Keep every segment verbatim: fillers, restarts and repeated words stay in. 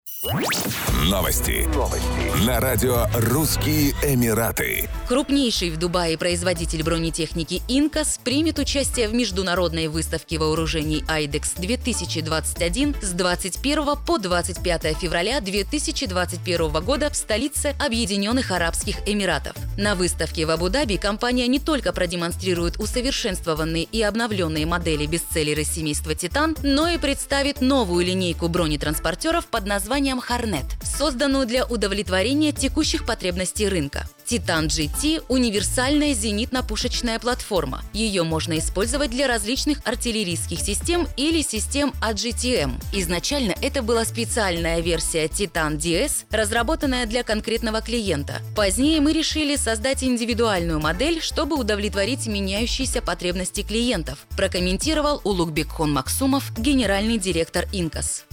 Новости. Новости. На радио «Русские Эмираты». Крупнейший в Дубае производитель бронетехники «Инкас» примет участие в международной выставке вооружений «Айдекс две тысячи двадцать один» с двадцать первого по двадцать пятое февраля две тысячи двадцать первого года в столице Объединенных Арабских Эмиратов. На выставке в Абу-Даби компания не только продемонстрирует усовершенствованные и обновленные модели бестселлера семейства «Титан», но и представит новую линейку бронетранспортеров под названием «Хорнет», созданную для удовлетворения текущих потребностей рынка. «Титан джи ти» – универсальная зенитно-пушечная платформа. Ее можно использовать для различных артиллерийских систем или систем эй джи ти эм. Изначально это была специальная версия «Титан ди эс», разработанная для конкретного клиента. Позднее мы решили создать индивидуальную модель, чтобы удовлетворить меняющиеся потребности клиентов, прокомментировал Улугбекхон Максумов, генеральный директор «Инкас».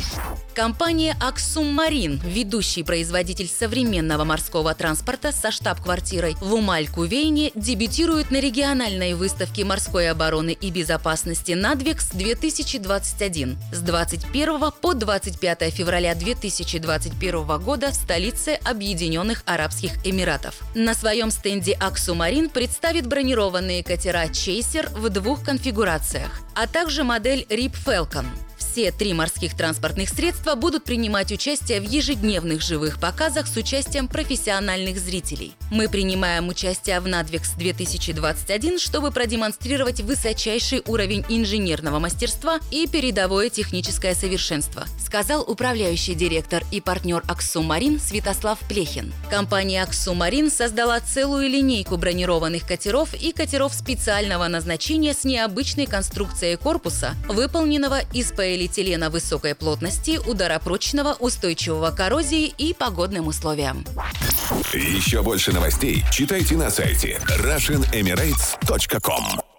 Компания «Аксум Марин», ведущий производитель современного морского транспорта со штаб-квартирой в Умаль-Кувейне, дебютирует на региональной выставке морской обороны и безопасности «Надвекс две тысячи двадцать один» с двадцать первого по двадцать пятое февраля две тысячи двадцать первого года в столице Объединенных Арабских Эмиратов. На своем стенде «Аксум Марин» представит бронированные катера «Чейсер» в двух конфигурациях, а также модель «Рип Фелкон». Все три морских транспортных средства будут принимать участие в ежедневных живых показах с участием профессиональных зрителей. Мы принимаем участие в «Надвекс две тысячи двадцать один», чтобы продемонстрировать высочайший уровень инженерного мастерства и передовое техническое совершенство, сказал управляющий директор и партнер «Аксум Марин» Святослав Плехин. Компания «Аксум Марин» создала целую линейку бронированных катеров и катеров специального назначения с необычной конструкцией корпуса, выполненного из полиэтилена высокой плотности, ударопрочного, устойчивого к коррозии и погодным условиям. Еще больше новостей читайте на сайте Russian Emirates точка ком.